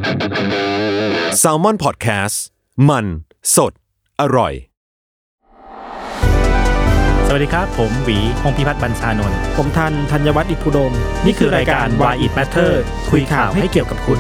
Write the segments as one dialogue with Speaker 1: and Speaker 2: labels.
Speaker 1: Salmon Podcast มันสดอร่อย
Speaker 2: สวัสดีครับผมหวีพงษ์พิพัฒน์บัญชานนท์
Speaker 3: ผมทันธัญวัฒน์อิพุดม
Speaker 2: นี่คือรายการ Why It Matter คุยข่าวให้เกี่ยวกับคุณ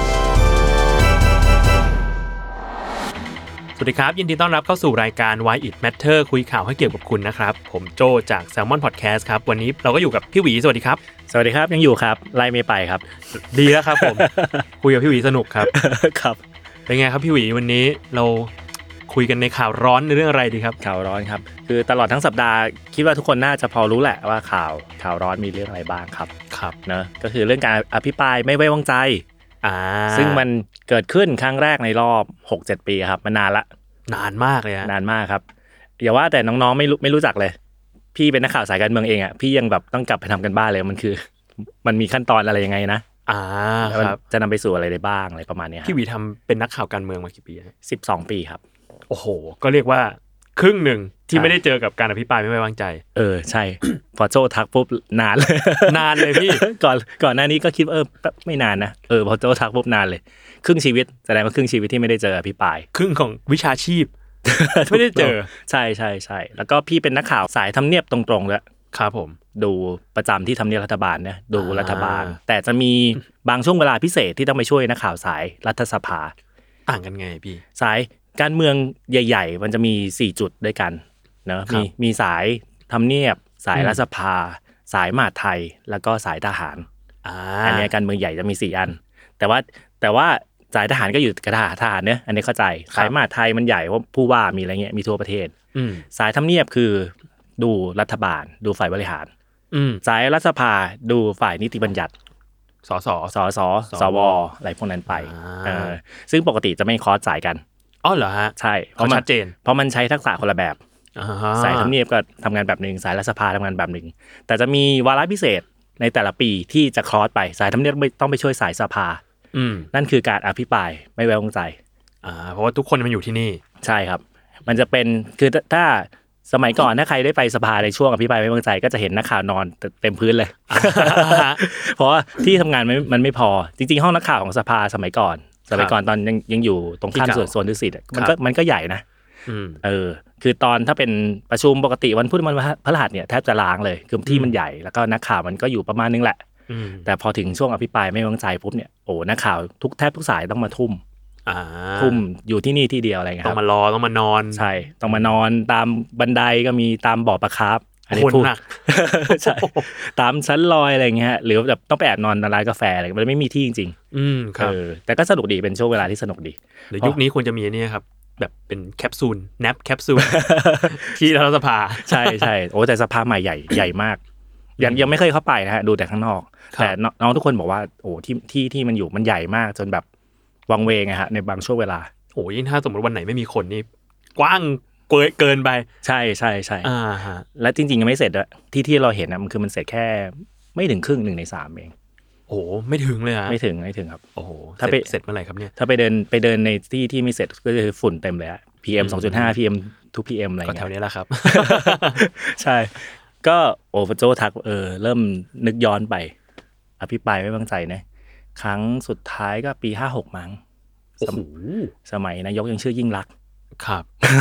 Speaker 2: สวัสดีครับยินดีต้อนรับเข้าสู่รายการ Why It Matter คุยข่าวให้เกี่ยวกับคุณนะครับผมโจจาก Salmon Podcast ครับวันนี้เราก็อยู่กับพี่หวีสวัสดีครับ
Speaker 3: สวัสดีครับยังอยู่ครับไล่ไม่ไปครับ
Speaker 2: ดีแล้วครับผม คุยกับพี่หวีสนุกครับ
Speaker 3: ครับ
Speaker 2: เป็นไงครับพี่หวีวันนี้เราคุยกันในข่าวร้อนในเรื่องอะไรดีครับ
Speaker 3: ข่าวร้อนครับคือตลอดทั้งสัปดาห์คิดว่าทุกคนน่าจะพอรู้แหละว่าข่าวร้อนมีเรื่องอะไรบ้างครับ
Speaker 2: ครับ
Speaker 3: เนอะก็คือเรื่องการอภิปรายไม่ไว้วางใจซึ่งมันเกิดขึ้นครั้งแรกในรอบ 6-7 ปีครับมันนาน
Speaker 2: มากเลย
Speaker 3: นานมากครับอย่าว่าแต่น้องๆไม่รู้จักเลยพี่เป็นนักข่าวสายการเมืองเองอ่ะพี่ยังแบบต้องกลับไปทำกันบ้านเลยมันมีขั้นตอนอะไรยังไงนะครับจะนำไปสู่อะไรได้บ้างอะไรประมาณนี้
Speaker 2: พี่หวีทำเป็นนักข่าวการเมืองมากี่ปี
Speaker 3: 12 ปีครับ
Speaker 2: โอ้โหก็เรียกว่าครึ่งหนึ่งที่ไม่ได้เจอกับการอภิปรายไม่ไว้วางใจ
Speaker 3: ใช่ พอโจ้ทักปุ๊บนานเลยพี่ ก่อนหน้านี้ก็คิดว่าไม่นานนะพอโจ้ทักปุ๊บนานเลยครึ่งชีวิตแสดงว่าครึ่งชีวิตที่ไม่ได้เจออภิปราย
Speaker 2: ครึ่งของวิชาชีพ ไม่ได้เจอ
Speaker 3: ใช่แล้วก็พี่เป็นนักข่าวสายทำเนียบตรงๆด้วย
Speaker 2: ครับผม
Speaker 3: ดูประจำที่ทำเนียบรัฐบาลนะดูรัฐบาลแต่จะมีบางช่วงเวลาพิเศษที่ต้องไปช่วยนักข่าวสายรัฐสภา
Speaker 2: ต่างกันไงพี่
Speaker 3: สายการเมืองใหญ่ๆมันจะมี4จุดด้วยกันเนาะมีสายทำเนียบสายรัฐสภาสายมหาดไทยแล้วก็สายทหารอันนี้การเมืองใหญ่จะมี4อันแต่ว่าสายทหารก็อยู่กับทหารเนอะอันนี้เข้าใจสายมหาดไทยมันใหญ่เพราะผู้ว่ามีอะไรเงี้ยมีทั่วประเทศสายทำเนียบคือดูรัฐบาลดูฝ่ายบริหารสายรัฐสภาดูฝ่ายนิติบัญญัติ
Speaker 2: ส
Speaker 3: สวอะไรพวกนั้นไปซึ่งปกติจะไม่คอสสายกัน
Speaker 2: อ๋อเหรอฮะ
Speaker 3: ใช่
Speaker 2: เพราะชัดเจน
Speaker 3: เพราะมันใช้ทักษะคนละแบบสายทำเนียบก็ทำงานแบบนึงสายรัฐสภาทำงานแบบนึงแต่จะมีวาระพิเศษในแต่ละปีที่จะคอสไปสายทำเนียบต้องไปช่วยสายสภานั่นคือการอภิปรายไม่ไว้วางใจ
Speaker 2: เพราะว่าทุกคนมันอยู่ที่นี่
Speaker 3: ใช่ครับมันจะเป็นคือถ้าสมัยก่อนถ้าใครได้ไปสภาในช่วงอภิปรายไม่ไว้วางใจก็จะเห็นนักข่าวนอนเต็มพื้นเลย เพราะว่าที่ทำงานมันไม่พอจริงๆห้องนักข่าวของสภาสมัยก่อนตอนยังอยู่ตรงข้ามโซนดุสิตมันก็ใหญ่นะคือตอนถ้าเป็นประชุมปกติวันพุธวันพฤหัสเนี่ยแทบจะล้างเลยคือที่มันใหญ่แล้วก็นักข่าวมันก็อยู่ประมาณนึงแหละแต่พอถึงช่วงอภิปรายไม่ไว้วางใจปุ๊บเนี่ยโอ้นักข่าวแทบทุกสายต้องมาทุ่มอยู่ที่นี่ที่เดียวอะไรเงี้ย
Speaker 2: ต้องมารอต้องมานอน
Speaker 3: ใช่ต้องมานอนตามบันไดก็มีตามบ่อปลาคาร์ฟ
Speaker 2: อันนี้พูดหนัก
Speaker 3: ใช่ตามชั้นลอยอะไรเงี้ยหรือแบบต้องไปแอบนอนในร้านกาแฟอะไรมันไม่มีที่จริง
Speaker 2: ๆครับ
Speaker 3: แต่ก็สนุกดีเป็นช่วงเวลาที่สนุกดี
Speaker 2: หรือยุคนี้ควรจะมีนี่ครับแบบเป็นแคปซูลแนปแคปซูลที่รัฐสภา
Speaker 3: ใช่โอ้แต่สภาใหม่ใหญ่มากยังไม่เคยเข้าไปนะฮะดูแต่ข้างนอกแต่น้องทุกคนบอกว่าโอ้ที่มันอยู่มันใหญ่มากจนแบบวังเวงอะฮะในบางช่วงเวลา
Speaker 2: โอ้ยถ้าสมมติวันไหนไม่มีคนนี่กว้างเกินไป
Speaker 3: ใช่และจริงๆยังไม่เสร็จด้วยที่เราเห็นนะมันคือมันเสร็จแค่ไม่ถึงครึ่ง1 ใน 3เอง
Speaker 2: โอ้ไม่ถึงเลยฮะ
Speaker 3: ไม่ถึงครับ
Speaker 2: โอ้โหถ้าเสร็จเมื่อไหร่ครับเนี่ย
Speaker 3: ถ้าไปเดินในที่ไม่เสร็จก็คือฝุ่นเต็มเลยอะ PM 2.5 PM 2 PM อะไร
Speaker 2: ก็แถวนี้แหละครับ
Speaker 3: ใช่ก็โอ้โจทักเริ่มนึกย้อนไปอภิปรายไม่ไว้วางใจนะครั้งสุดท้ายก็ปี56มั้งสมัยนายกยังชื่อยิ่งลักษณ์
Speaker 2: ครับ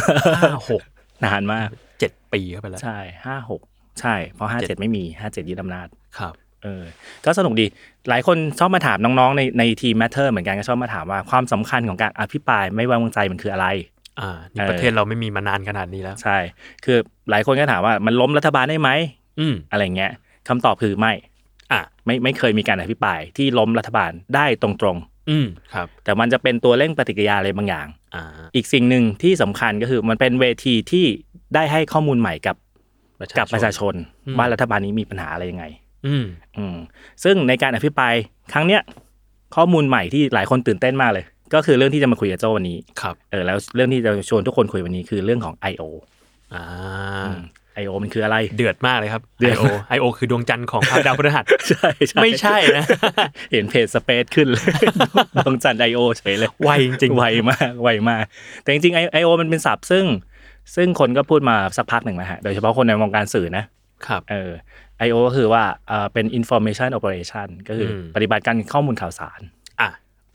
Speaker 2: 56
Speaker 3: นานมาก
Speaker 2: 7 ปีเข้าไปแล้ว
Speaker 3: ใช่56ใช่เพราะ57ไม่มี57ยึดอำนาจ
Speaker 2: ครับ
Speaker 3: ก็สนุกดีหลายคนชอบมาถามน้องๆในทีม Matter เหมือนกันก็ชอบมาถามว่าความสำคัญของการอภิปรายไม่ไว้วางใจมันคืออะไร
Speaker 2: นี่ประเทศเราไม่มีมานานขนาดนี้แล้ว
Speaker 3: ใช่คือหลายคนก็ถามว่ามันล้มรัฐบาลได้ไหมอะไรเงี้ยคำตอบคือไม่เคยมีการอภิปรายที่ล้มรัฐบาลได้ตรง
Speaker 2: ๆครับ
Speaker 3: แต่มันจะเป็นตัวเร่งปฏิกิริยาอะไรบางอย่างอีกสิ่งหนึ่งที่สำคัญก็คือมันเป็นเวทีที่ได้ให้ข้อมูลใหม่กับประชาชนว่ารัฐบาลนี้มีปัญหาอะไรยังไงซึ่งในการอภิปรายครั้งเนี้ยข้อมูลใหม่ที่หลายคนตื่นเต้นมากเลยก็คือเรื่องที่จะมาคุยกับโจ้วันนี้
Speaker 2: ครับ
Speaker 3: แล้วเรื่องที่จะชวนทุกคนคุยวันนี้คือเรื่องของ I.O. I.O. มันคืออะไร
Speaker 2: เดือดมากเลยครับ I.O. คือดวงจันทร์ของดาวพฤหัส
Speaker 3: ใช่
Speaker 2: ไม่ใช่นะ
Speaker 3: เห็นเพจสเปซขึ้นเลยดวงจันทร์ I.O. เฉยเลย
Speaker 2: ไวจริง
Speaker 3: ไวมากแต่จริงๆ I.O. มันเป็นศัพท์ซึ่งคนก็พูดมาสักพักหนึ่งแล้วฮะโดยเฉพาะคนในวงการสื่อนะครับI.O. ก็คือว่าเป็น information operation ก็คือปฏิบัติการข้อมูลข่าวสาร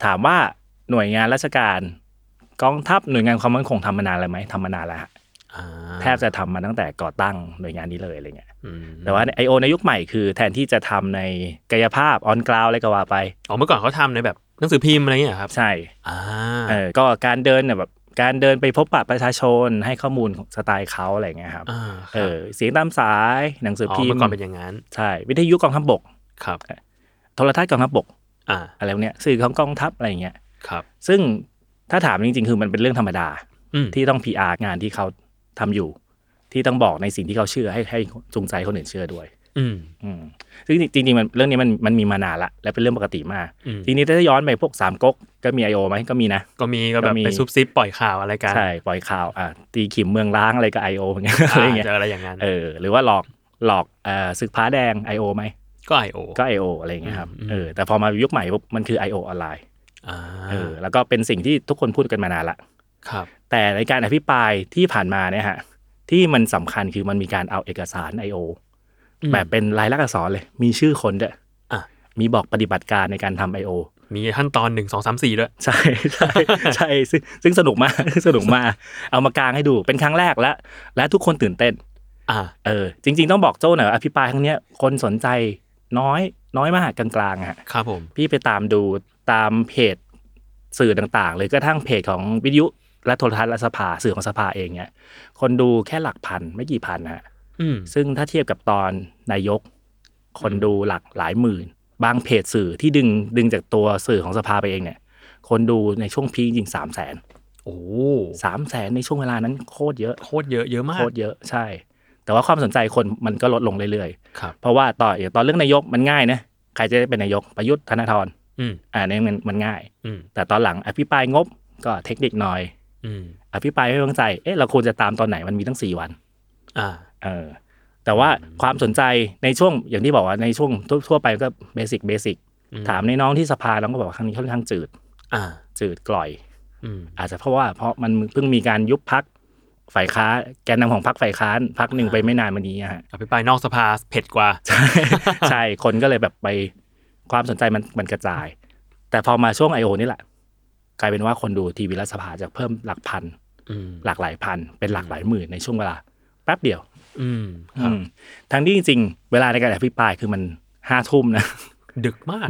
Speaker 3: ถามว่าหน่วยงานราชการกองทัพหน่วยงานความมั่นคงทำมานานแล้วไหมทำมานานแล้วฮะแทบจะทำมาตั้งแต่ก่อตั้งหน่วยงานนี้เลยอะไรเงี้ยแต่ว่า IO ในยุคใหม่คือแทนที่จะทำในกายภาพออนกราวอะไรก็ว่าไป
Speaker 2: เมื่อก่อนเขาทำในแบบหนังสือพิมพ์อะไรเงี้ยครับ
Speaker 3: ใช่ก็การเดินแบบการเดินไปพบปะประชาชนให้ข้อมูลสไตล์เขาอะไรเงี้ยครับเสียงตามสายหนังสือพิมพ์
Speaker 2: เมื่อก่อนเป็นอย่างนั้น
Speaker 3: ใช่วิทยุกองทัพบก
Speaker 2: ครับ
Speaker 3: โทรทัศน์กองทัพบกอะไรพวกเนี้ยสื่อของกองทัพอะไรเงี้ย
Speaker 2: ครับ
Speaker 3: ซึ่งถ้าถามจริงๆคือมันเป็นเรื่องธรรมดาที่ต้อง PR งานที่เขาทำอยู่ที่ต้องบอกในสิ่งที่เขาเชื่อให้จูงใจคนอื่นเชื่อด้วยซึ่งจริงๆมันเรื่องนี้มันมีมานานละและเป็นเรื่องปกติมากทีนี้ถ้าย้อนไปพวกสามก๊กก็มี IO ไหมก็มีนะ
Speaker 2: ก็มีก็แบบไปซุบซิบปล่อยข่าวอะไรกัน
Speaker 3: ใช่ปล่อยข่าวตีขิมเมืองล้างอะไรก็ IO อย่างเงี้ย
Speaker 2: อะไรอย่างนั้น
Speaker 3: หรือว่าหลอกศึกพ้าแดง IO ไหม
Speaker 2: ก็
Speaker 3: IO อะไรอย่างเงี้ยครับแต่พอมายุคใหม่ปุ๊บมันคือ IO ออนไลน์แล้วก็เป็นสิ่งที่ทุกคนพูดกันมานานละ
Speaker 2: ครับ
Speaker 3: แต่ในการอภิปรายที่ผ่านมาเนี่ยฮะที่มันสำคัญคือมันมีการเอาเอกสาร IO แบบเป็นลายลักษณ์อักษรเลยมีชื่อคนด้วยมีบอกปฏิบัติการในการทำ IO
Speaker 2: มีขั้นตอน1 2 3 4ด้วย
Speaker 3: ใช่ใช่ใช่ซึ่งสนุกมากเอามากางให้ดูเป็นครั้งแรกและทุกคนตื่นเต้นจริงๆต้องบอกโจ้หน่อยอภิปรายครั้งนี้คนสนใจน้อยมากกลางๆฮะ
Speaker 2: ครับผม
Speaker 3: พี่ไปตามดูตามเพจสื่อต่างๆเลยกระทั่งเพจของวิทยุและโทรทัศน์และสภาสื่อของสภาเองเนี่ยคนดูแค่หลักพันไม่กี่พันฮะซึ่งถ้าเทียบกับตอนนายกคนดูหลักหลายหมื่นบางเพจสื่อที่ดึงจากตัวสื่อของสภาไปเองเนี่ยคนดูในช่วงพีคจริง300,000 300,000ในช่วงเวลานั้นโคตรเยอะ
Speaker 2: มาก
Speaker 3: โคตรเยอะใช่แต่ว่าความสนใจคนมันก็ลดลงเรื่อยๆเพราะว่าตอนเรื่องนายกมันง่ายนะใครจะได้เป็นนายกประยุทธ์ธนาธรนี่มันง่ายแต่ตอนหลังอภิปรายงบก็เทคนิคหน่อยอภิปรายไม่ไว้วางใจเราควรจะตามตอนไหนมันมีตั้ง4 วันแต่ว่าความสนใจในช่วงอย่างที่บอกว่าในช่วงทั่วไปก็เบสิกถามในน้องที่สภาน้องก็บอกว่าครั้งนี้ค่อนข้างจืดกล่อยอาจจะเพราะมันเพิ่งมีการยุบพรรคฝ่ายค้าแกนนำของพรรคฝ่ายค้านพรรคหนึ่งไปไม่นานมานี้ฮะ
Speaker 2: อภิปรายนอกสภาเผ็ดกว่า
Speaker 3: ใช่คนก็เลยแบบไปความสนใจมันกระจายแต่พอมาช่วง IO นี่แหละกลายเป็นว่าคนดูทีวีรัฐสภาจากเพิ่มหลักพันหลากหลายพันเป็นหลากหลายหมื่นในช่วงเวลาแป๊บเดียวทั้งที่จริงๆเวลาในการอภิปรายคือมัน5 ทุ่มนะ
Speaker 2: ดึกมาก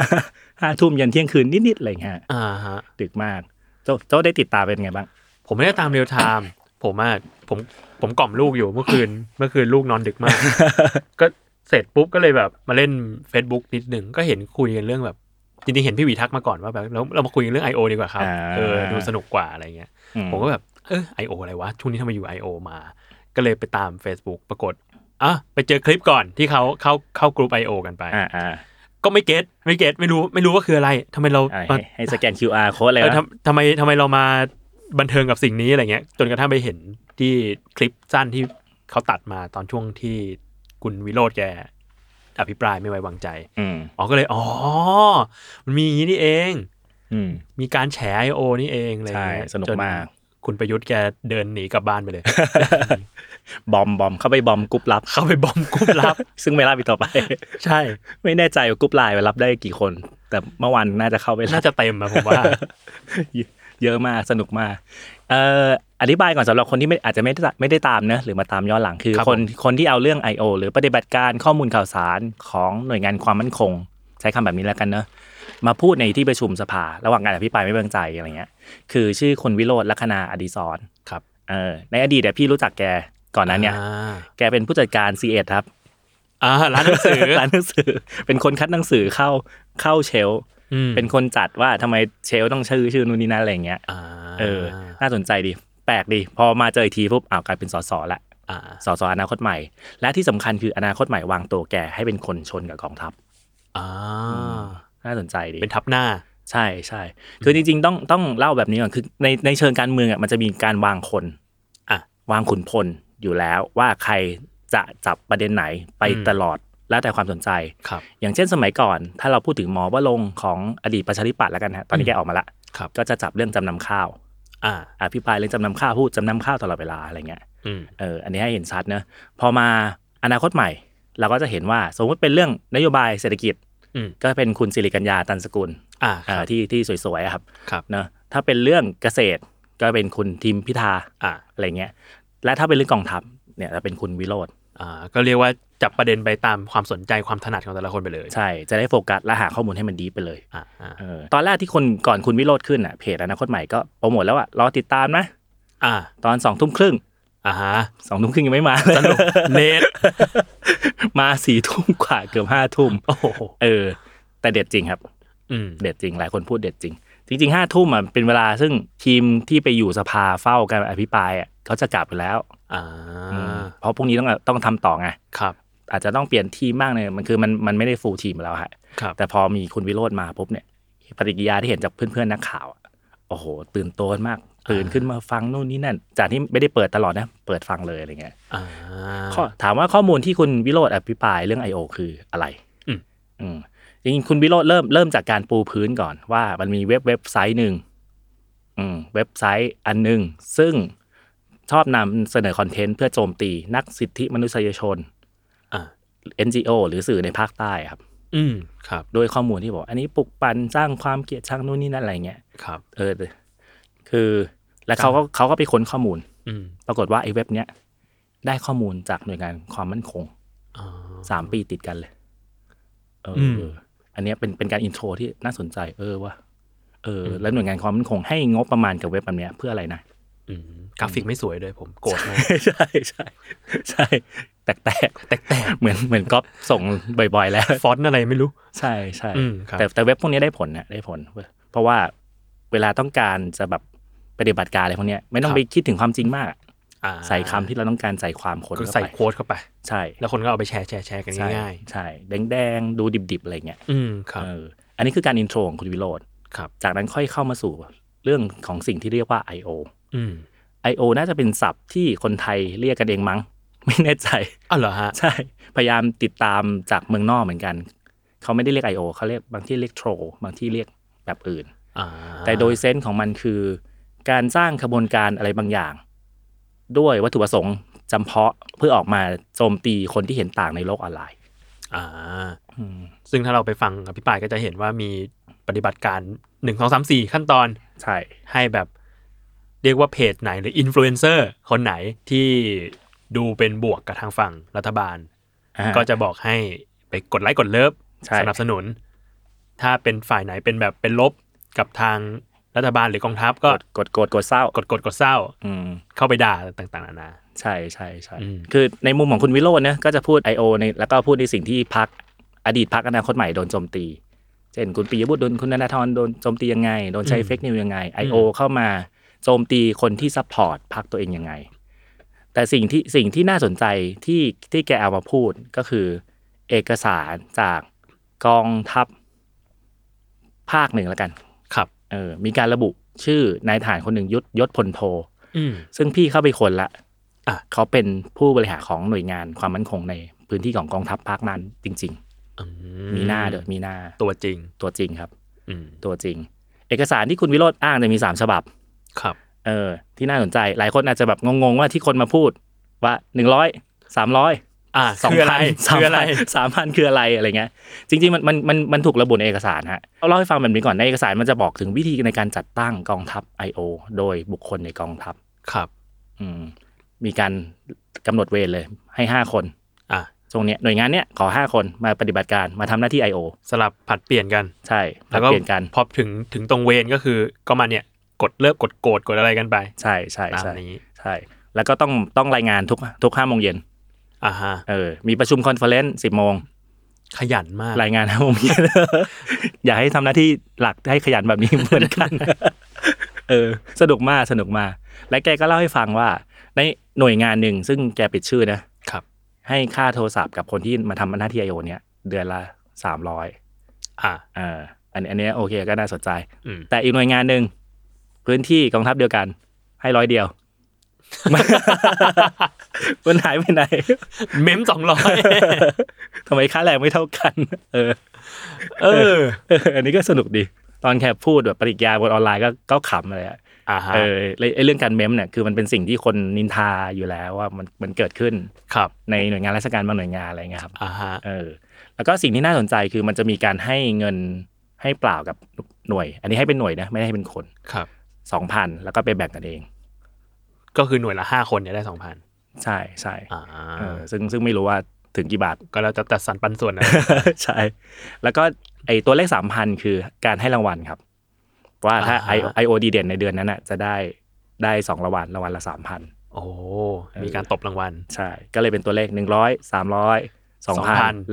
Speaker 3: 5 ทุ่มยันเที่ยงคืนนิดๆอะไรเงี้ยดึกมากโจ้ได้ติดตามเป็นไงบ้าง
Speaker 2: ผมไม่ได้ตามเรียลไทม์ผมกล่อมลูกอยู่เมื่อคืนลูกนอนดึกมากก็เสร็จปุ๊บก็เลยแบบมาเล่น Facebook นิดนึงก็เห็นคุยกันเรื่องแบบจริงๆเห็นพี่หวีทักมาก่อนว่าแบบแล้วเรามาคุยกันเรื่อง IO ดีกว่าครับดูสนุกกว่าอะไรเงี้ยผมก็แบบIO อะไรวะช่วงนี้ทำไมอยู่ IO มาก็เลยไปตาม Facebook ปรากฏไปเจอคลิปก่อนที่เขาเข้ากลุ่ม IO กันไปก็ไม่เก็ตไม่รู้ว่าคืออะไรทำไมเรา
Speaker 3: ให้สแกน QR code อะไร
Speaker 2: ทำไมเรามาบันเทิงกับสิ่งนี้อะไรเงี้ยจนกระทั่งไปเห็นที่คลิปสั้นที่เขาตัดมาตอนช่วงที่คุณวิโรจน์แกอภิปรายไม่ไว้วางใจก็เลยมันมีอย่างนี้นี่เองมีการแฉ IO นี่เองเลย
Speaker 3: ใช่สนุกมาก
Speaker 2: คุณประยุทธ์แกเดินหนีกลับบ้านไปเลย
Speaker 3: บอมเข้าไปบอมกรุ๊ปลับซึ่งไม่รับอีกต่อไป
Speaker 2: ใช่
Speaker 3: ไม่แน่ใจว่ากรุ๊ปไลน์รับได้กี่คนแต่เมื่อวานน่าจะเข้าไป
Speaker 2: น่าจะเต็มผมว่า
Speaker 3: เยอะมากสนุกมากอธิบายก่อนสำหรับคนที่อาจจะไม่ได้ตามนะหรือมาตามย้อนหลังคือคนที่เอาเรื่อง IO หรือปฏิบัติการข้อมูลข่าวสารของหน่วยงานความมั่นคงใช้คำแบบนี้แล้วกันเนอะมาพูดในที่ประชุมสภาระหว่างการอภิปรายไม่ไว้วางใจอะไรเงี้ยคือชื่อคุณวิโรจน์ลัคนาอดิศร
Speaker 2: ครับ
Speaker 3: ในอดีตพี่รู้จักแกก่อนนั้นเนี่ยแกเป็นผู้จัดการ C1 ครับ
Speaker 2: ร้านหนังสือ
Speaker 3: เป็นคนคัดหนังสือเข้าเชลเป็นคนจัดว่าทำไมเชลต้องชื่อนู่นนี่นั่นอะไรเงี้ยน่าสนใจดีแปลกดีพอมาเจออีกทีปุ๊บกลายเป็นสสละสสอนาคตใหม่และที่สำคัญคืออนาคตใหม่วางตัวแกให้เป็นคนชนกับกองทัพน่าสนใจดี
Speaker 2: เป็นทับหน้า
Speaker 3: ใช่คือจริงๆต้องเล่าแบบนี้ก่อนคือในเชิงการเมืองมันจะมีการวางคนวางขุนพลอยู่แล้วว่าใครจะจับประเด็นไหนไปตลอดแล้วแต่ความสนใจอย่างเช่นสมัยก่อนถ้าเราพูดถึงหมอวรงค์ของอดีตประชาธิปัตย์แล้วกันฮะตอนนี้แกออกมาละก็จะจับเรื่องจำนำข้าวอภิปรายเรื่องจำนำข้าวพูดจำนำข้าวตลอดเวลาอะไรเงี้ยอันนี้ให้เห็นชัดเนอะพอมาอนาคตใหม่เราก็จะเห็นว่าสมมติเป็นเรื่องนโยบายเศรษฐกิจก็เป็นคุณสิริกัญญาตันสกุลที่สวยๆครับเนอะถ้าเป็นเรื่องเกษตรก็เป็นคุณทิมพิธาอะไรเงี้ยและถ้าเป็นเรื่องกองทัพเนี่ยจะเป็นคุณวิโรจน์
Speaker 2: ก็เรียกว่าจับประเด็นไปตามความสนใจความถนัดของแต่ละคนไปเลย
Speaker 3: ใช่จะได้โฟกัสและหาข้อมูลให้มันดีไปเลยตอนแรกที่คนก่อนคุณวิโรจน์ขึ้นอ่ะเพจอนาคตใหม่ก็โปรโมทแล้วอ่ะรอติดตามนะตอน 20:30 น20:30 นยังไม่มา
Speaker 2: สนุกเน็ต
Speaker 3: มา 4:00 นกว่าเกือบ 5:00 น
Speaker 2: โอ้โห
Speaker 3: แต่เด็ดจริงครับเด็ดจริงหลายคนพูดเด็ดจริงจริงๆ 5:00 นอ่ะเป็นเวลาซึ่งทีมที่ไปอยู่สภาเฝ้าการอภิปรายอ่ะเขาจะกลับไปแล้วเพราะพรุ่งนี้ต้องทำต่อไง
Speaker 2: ครับ
Speaker 3: อาจจะต้องเปลี่ยนทีมบ้างเนี่ยมันไม่ได้ฟูลทีมแล้วฮะแต่พอมีคุณวิโรจน์มาปุ๊บเนี่ยปฏิกิริยาที่เห็นจากเพื่อนๆนักข่าวโอ้โหตื่นตัวมากตื่นขึ้นมาฟังนู่นนี่นั่นจากที่ไม่ได้เปิดตลอดนะเปิดฟังเลยอะไรเงี้ยถามว่าข้อมูลที่คุณวิโรจน์อภิปรายเรื่อง I.O. คืออะไรจริงๆคุณวิโรจน์เริ่มจากการปูพื้นก่อนว่ามันมีเว็บไซต์นึงเว็บไซต์อันนึงซึ่งชอบนำเสนอคอนเทนต์เพื่อโจมตีนักสิทธิมนุษยชนNGO หรือสื่อในภาคใต้ครับ
Speaker 2: ครับ
Speaker 3: โดยข้อมูลที่บอกอันนี้ปลุกปั่นสร้างความเกลียดชังนู่นนี่นั่นอะไรเงี้ย
Speaker 2: ครับ
Speaker 3: คือแล้วเขาก็ไปค้นข้อมูลปรากฏว่าไอ้เว็บเนี้ยได้ข้อมูลจากหน่วยงานความมั่นคง3 ปีติดกันเลยอันนี้เป็นการอินโทรที่น่าสนใจว่าแล้วหน่วยงานความมั่นคงให้งบประมาณกับเว็บแบบนี้เพื่ออะไรนะ
Speaker 2: กราฟิกไม่สวยเลยผมโกรธมาก
Speaker 3: ใช่แตกเหมือนก๊อปส่งบ่อยๆแล้ว
Speaker 2: ฟอนต์อะไรไม่รู้
Speaker 3: ใช่แต่เว็บพวกนี้ได้ผลเพราะว่าเวลาต้องการจะแบบปฏิบัติการอะไรพวกนี้ไม่ต้องไปคิดถึงความจริงมากใส่คำที่เราต้องการใส่ความคน
Speaker 2: ก็ใส่โค้ดเข้าไป
Speaker 3: ใช่
Speaker 2: แล้วคนก็เอาไปแชร์กันง่าย
Speaker 3: ๆใช่แดงๆดูดิบๆอะไรเงี้ย
Speaker 2: ครับ
Speaker 3: อันนี้คือการอินโทรของคุณวิโรจน์จากนั้นค่อยเข้ามาสู่เรื่องของสิ่งที่เรียกว่า I.O. I.O. น่าจะเป็นศัพท์ที่คนไทยเรียกกันเองมั้งไม่แน่ใจ
Speaker 2: เหรอฮะ
Speaker 3: ใช่พยายามติดตามจากเมืองนอกเหมือนกันเขาไม่ได้เรียก I.O. เขาเรียกบางที่เรียก Troll บางที่เรียกแบบอื่นแต่โดยเซนส์ของมันคือการสร้างขบวนการอะไรบางอย่างด้วยวัตถุประสงค์จำเพาะเพื่อออกมาโจมตีคนที่เห็นต่างในโลกออนไลน์
Speaker 2: ซึ่งถ้าเราไปฟังอภิปรายก็จะเห็นว่ามีปฏิบัติการ1 2 3 4ขั้นตอน
Speaker 3: ใช่
Speaker 2: ให้แบบเรียกว่าเพจไหนหรืออินฟลูเอนเซอร์คนไหนที่ดูเป็นบวกกับทางฝั่งรัฐบาลก็จะบอกให้ไปกดไลค์กดเลิฟสนับสนุนถ้าเป็นฝ่ายไหนเป็นแบบเป็นลบกับทางรัฐบาลหรือกองทัพก็
Speaker 3: กดเศร้าก
Speaker 2: ดเศร้าเข้าไปด่าต่างๆนานา
Speaker 3: ใช่คือในมุมของคุณวิโรจน์เนี่ยก็จะพูด I.O. ในแล้วก็พูดในสิ่งที่พรรคอดีตพรรคอนาคตใหม่โดนโจมตีเช่นคุณปิยบุตรคุณธนาธรโดนโจมตียังไงโดนใช้เฟคนิวยังไง I.O. เข้ามาโจมตีคนที่ซัพพอร์ตพรรคตัวเองยังไงแต่สิ่งที่น่าสนใจที่แกเอามาพูดก็คือเอกสารจากกองทัพภาคหนึ่งแล้วกัน
Speaker 2: ครับ
Speaker 3: มีการระบุชื่อนายทหารคนหนึ่งยศพลโทซึ่งพี่เข้าไปคนละเขาเป็นผู้บริหารของหน่วยงานความมั่นคงในพื้นที่ของกองทัพภาคนั้นจริงๆมีหน้า
Speaker 2: ตัวจริง
Speaker 3: ครับตัวจริงเอกสารที่คุณวิโรจน์อ้างจะมี3 ฉบับ
Speaker 2: ครับ
Speaker 3: ที่น่าสนใจหลายคนอาจจะแบบงงๆว่าที่คนมาพูดว่า100 300 2,000 3,000คืออะไรอะไรเงี้ยจริงๆมันถูกระบุในเอกสารฮะเล่าให้ฟังแบบนี้ก่อนในเอกสารมันจะบอกถึงวิธีในการจัดตั้งกองทัพ I.O. โดยบุคคลในกองทัพ
Speaker 2: ครับ
Speaker 3: มีการกำหนดเวรเลยให้5 คนตรงเนี้ยหน่วยงานเนี้ยขอ5 คนมาปฏิบัติการมาทำหน้าที่ I.O.
Speaker 2: สลับผัดเปลี่ยนกัน
Speaker 3: ใช่
Speaker 2: แล้วก็เปลี่ยนกันพอถึงตรงเวรก็คือก็มาเนี่ยกดเลิกกดโกรธกดอะไรกันไป
Speaker 3: ใช่ตามนี้ใช่แล้วก็ต้องรายงานทุก 5 โมงเย็น
Speaker 2: ฮะ
Speaker 3: มีประชุมคอนเฟอเรนซ์ 10 โมง
Speaker 2: ขยันมาก
Speaker 3: รายงาน5 โมงเย็นอยากให้ทำหน้าที่หลักให้ขยันแบบนี้เหมือนกันสนุกมากและแกก็เล่าให้ฟังว่าในหน่วยงานหนึ่งซึ่งแกปิดชื่อนะครับให้ค่าโทรศัพท์กับคนที่มาทำหน้าที่ I.O. เนี้ยเดือนละ300อันนี้โอเคก็น่าสนใจแต่อีกหน่วยงานนึงพื้นที่กองทัพเดียวกันให้100 เดียวมันหายไปไหน
Speaker 2: เม้ม200
Speaker 3: ทำไมค่าแรงไม่เท่ากันอันนี้ก็สนุกดีตอนแค่พูดแบบปริยาบนออนไลน์ก็ขำเลยเรื่องการเม้มเนี่ยคือมันเป็นสิ่งที่คนนินทาอยู่แล้วว่ามันเกิดขึ้น
Speaker 2: ครับ
Speaker 3: ในหน่วยงานราชการบางหน่วยงานอะไรเงี้ยครับแล้วก็สิ่งที่น่าสนใจคือมันจะมีการให้เงินให้เปล่ากับหน่วยอันนี้ให้เป็นหน่วยนะไม่ได้ให้เป็นคน
Speaker 2: ครับ
Speaker 3: 2,000 แล้วก็ไปแบ่งกันเอง
Speaker 2: ก็คือหน่วยละ5คนเนี่ยได้ 2,000
Speaker 3: ใช่ใช่ ซึ่งไม่รู้ว่าถึงกี่บาท
Speaker 2: ก็แล้วแต่จัดสรรปันส่วนนะ
Speaker 3: ใช่แล้วก็ไอตัวเลข 3,000 คือการให้รางวัลครับว่าถ้า IO ดีเด่นในเดือนนั้นน่ะจะได้2รางวัลละ 3,000
Speaker 2: โอ้มีการตบรางวัล
Speaker 3: ใช่ก็เลยเป็นตัวเลข100 300 2,000 และ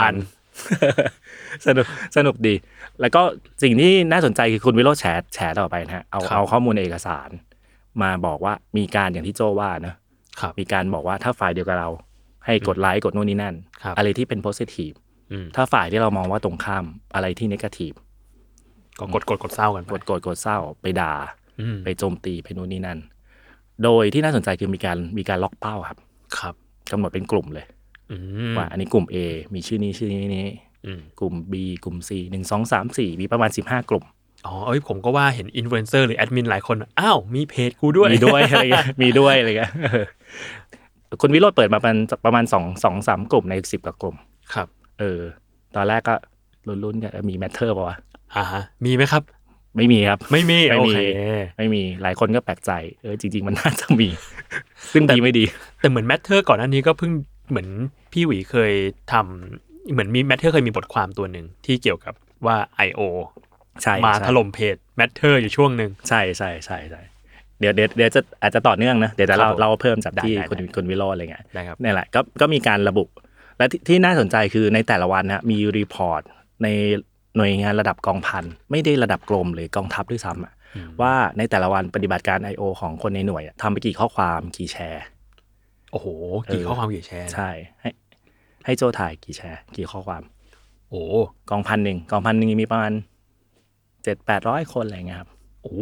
Speaker 3: 3,000 สนุกดีแล้วก็สิ่งที่น่าสนใจคือคุณวิโรจน์แฉต่อไปนะฮะเอาข้อมูลในเอกสารมาบอกว่ามีการอย่างที่โจว่านะมีการบอกว่าถ้าฝ่ายเดียวกับเราให้กดไลค์กดโน่นนี่นั่นอะไรที่เป็น positive ถ้าฝ่ายที่เรามองว่าตรงข้ามอะไรที่ negative
Speaker 2: ก็กดเศร้ากัน
Speaker 3: กดเศร้าไปด่าไปโจมตีไปโน่นนี่นั่นโดยที่น่าสนใจคือมีการล็อกเป้าครับกำหนดเป็นกลุ่มเลยว่าอันนี้กลุ่ม A มีชื่อนี้กลุ่ม B กลุ่ม C 1 2 3 4มีประมาณ15กลุ่ม
Speaker 2: ผมก็ว่าเห็นอินฟลูเอนเซอร์หรือแอดมินหลายคนอ้าวมีเพจกูด้วย
Speaker 3: มีด้วยอะไรเงี้ยมีด้วยอะไรเงี้ยคุณวิโรจน์เปิดมาประมาณ2-3กลุ่มใน10กว่ากลุ่ม
Speaker 2: ครับ
Speaker 3: ตอนแรกก็ลุ้นๆกันมีแมทเทอร์ป่ะวะ
Speaker 2: มีไหมครับ
Speaker 3: ไม่มีครับ
Speaker 2: ไม่มีโอเค
Speaker 3: ไม่มีหลายคนก็แปลกใจจริงๆมันน่าจะมีซึ่งดีไม่ดี
Speaker 2: แต่เหมือนแมทเทอร์ก่อนหน้านี้ก็เพิ่งเหมือนพี่หวีเคยทำเหมือนมีแมทเทอร์เคยมีบทความตัวหนึ่งที่เกี่ยวกับว่า IO มาถล่มเพจแมทเทอร์อยู่ช่วงนึง
Speaker 3: ใช่เดี๋ยวจะอาจจะต่อเนื่องนะเดี๋ยวจะเล่าเพิ่มจากที่คุณวิโรจน์อะไรเงี้ยนี่แหละก็มีการระบุและที่น่าสนใจคือในแต่ละวันนะมีรีพอร์ตในหน่วยงานระดับกองพันไม่ได้ระดับกรมหรือกองทัพด้วยซ้ำว่าในแต่ละวันปฏิบัติการ IO ของคนในหน่วยทำไปกี่ข้อความกี่แชร์
Speaker 2: โอ้โหกี่ข้อความกี่แชร์
Speaker 3: ใช่ให้โจถ่ายกี่แชร์กี่ข้อความกองพันหนึ่งมีประมาณ 700-800 คนอะไรเงี้ยครับ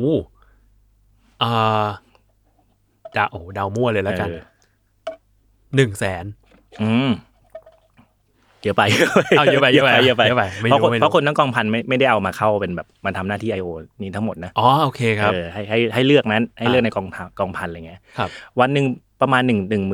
Speaker 2: เดามั่วเลยแล้วกัน 100,000
Speaker 3: เยอะไป
Speaker 2: เยอะไป
Speaker 3: เพราะคนทั้งกองพันไม่ได้เอามาเข้าเป็นแบบมาทำหน้าที่ IO นี้ทั้งหมดนะ
Speaker 2: โอเคครับ
Speaker 3: ให้เลือกนั้นให้เลือกในกองพันอะไรเงี้ยวันนึงประมาณ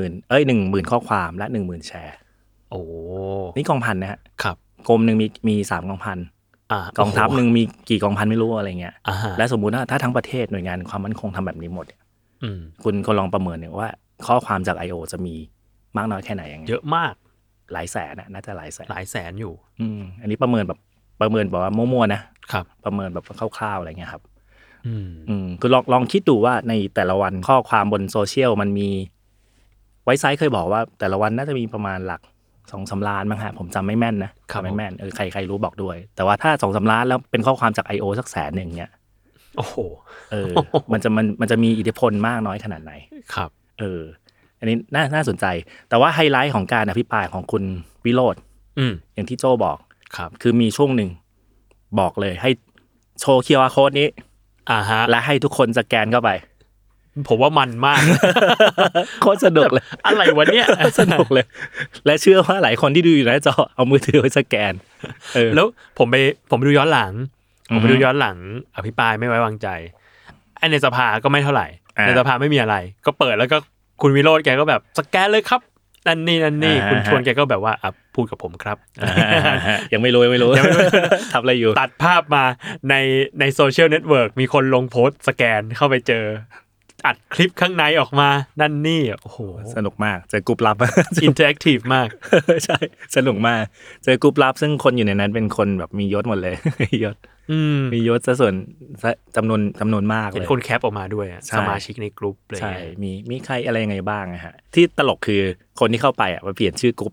Speaker 3: 10,000ข้อความและ 10,000 แชร์นี่กองพันนะฮะกรมนึงมี3กองพันกองทัพนึงมีกี่กองพันไม่รู้อะไรเงี้ยและสมมุติว่าถ้าทั้งประเทศหน่วยงานความมั่นคงทำแบบนี้หมดคุณก็ลองประเมินเนี่ยว่าข้อความจาก IO จะมีมากน้อยแค่ไหนยังไง
Speaker 2: เยอะมาก
Speaker 3: หลายแสนน่าจะหลาย
Speaker 2: แสนอยู่
Speaker 3: อันนี้ประเมินแบบว่ามั่วๆนะครับประเมินแบบคร่าวๆอะไรเงี้ยครับคือลองคิดดูว่าในแต่ละวันข้อความบนโซเชียลมันมีไวซ์ไซต์เคยบอกว่าแต่ละวันน่าจะมีประมาณหลัก 2-3 ล้านมั้งฮะผมจำไม่แม่นนะไม่แม่นใครรู้บอกด้วยแต่ว่าถ้า 2-3 ล้านแล้วเป็นข้อความจาก IO สัก100,000เนี่ย
Speaker 2: โอ้โห
Speaker 3: มันจะมีอิทธิพลมากน้อยขนาดไหน
Speaker 2: ครับ
Speaker 3: อันนี้น่าสนใจแต่ว่าไฮไลท์ของการอภิปรายของคุณวิโรจน์อย่างที่โจบอกคือมีช่วงหนึ่งบอกเลยให้โชว์ QR Code นี้และให้ทุกคนสแกนเข้าไป
Speaker 2: ผมว่ามันมาก
Speaker 3: โคตรสนุกเลย
Speaker 2: อะไรวะเนี่ย
Speaker 3: สนุกเลยและเชื่อว่าหลายคนที่ดูอยู่หน้าจอเอามือถือไปสแกน
Speaker 2: แล้วผมไปดูย้อนหลังอภิปรายไม่ไว้วางใจในสภาก็ไม่เท่าไหร่ในสภาไม่มีอะไรก็เปิดแล้วก็คุณวิโรจน์แกก็แบบสแกนเลยครับนั่นนี่คุณชวนแกก็แบบว่าพูดกับผมครับ
Speaker 3: ยังไม่รู้ทำอะไรอยู่
Speaker 2: ตัดภาพมาในโซเชียลเน็ตเวิร์กมีคนลงโพสต์สแกนเข้าไปเจออัดคลิปข้างในออกมานั่นนี่โอ้โห
Speaker 3: สนุกมากเจอกลุ่มลับ
Speaker 2: อินเทอร์แอคทีฟมาก
Speaker 3: ใช่สนุกมากเจอกลุ่มลับซึ่งคนอยู่ในนั้นเป็นคนแบบมียศหมดเลยยศมียศซะส่วนจำนวนมากเลย
Speaker 2: เห็นคนแคปออกมาด้วยสมาชิกในกลุ่มเลย
Speaker 3: ใช่มีใครอะไรยังไงบ้างนะฮะที่ตลกคือคนที่เข้าไปมาเปลี่ยนชื่อกลุ่ม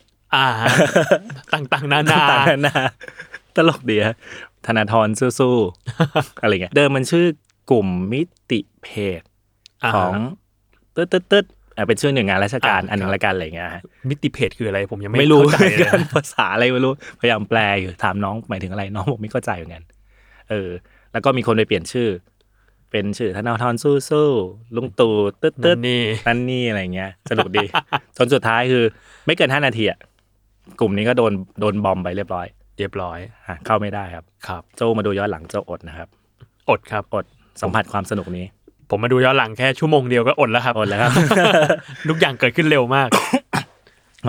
Speaker 2: ต่างๆนานา
Speaker 3: ตลกดีฮะธนาธรสู้ๆอะไรเงี้ยเดิมมันชื่อกลุ่มมิติเพจของตึ๊ดเป็นชื่อหนึ่งงานราชการอันหนึ่งรายการอะไรเงี้ย
Speaker 2: มิติเพจคืออะไรผมยังไม่รู้
Speaker 3: เข้าใจเลยภาษาอะไรไม่รู้พยายามแปลอยู่ถามน้องหมายถึงอะไรน้องผมไม่เข้าใจเหมือนกันแล้วก็มีคนไปเปลี่ยนชื่อเป็นชื่อธนาธรสู้ๆลุงตู่ตึ๊ดนั่นนี่อะไรเงี้ยสนุกดีจนสุดท้ายคือไม่เกิน5 นาทีกลุ่มนี้ก็โดนบอมไปเรียบร้อยเข้าไม่ได้ครับโจมาดูย้อนหลังโจอดนะครับ
Speaker 2: อด
Speaker 3: สัมผัสความสนุกนี้
Speaker 2: ผมมาดูย้อนหลังแค่ชั่วโมงเดียวก็อดแล้วครับ
Speaker 3: ทุก
Speaker 2: อย่างเกิดขึ้นเร็วมาก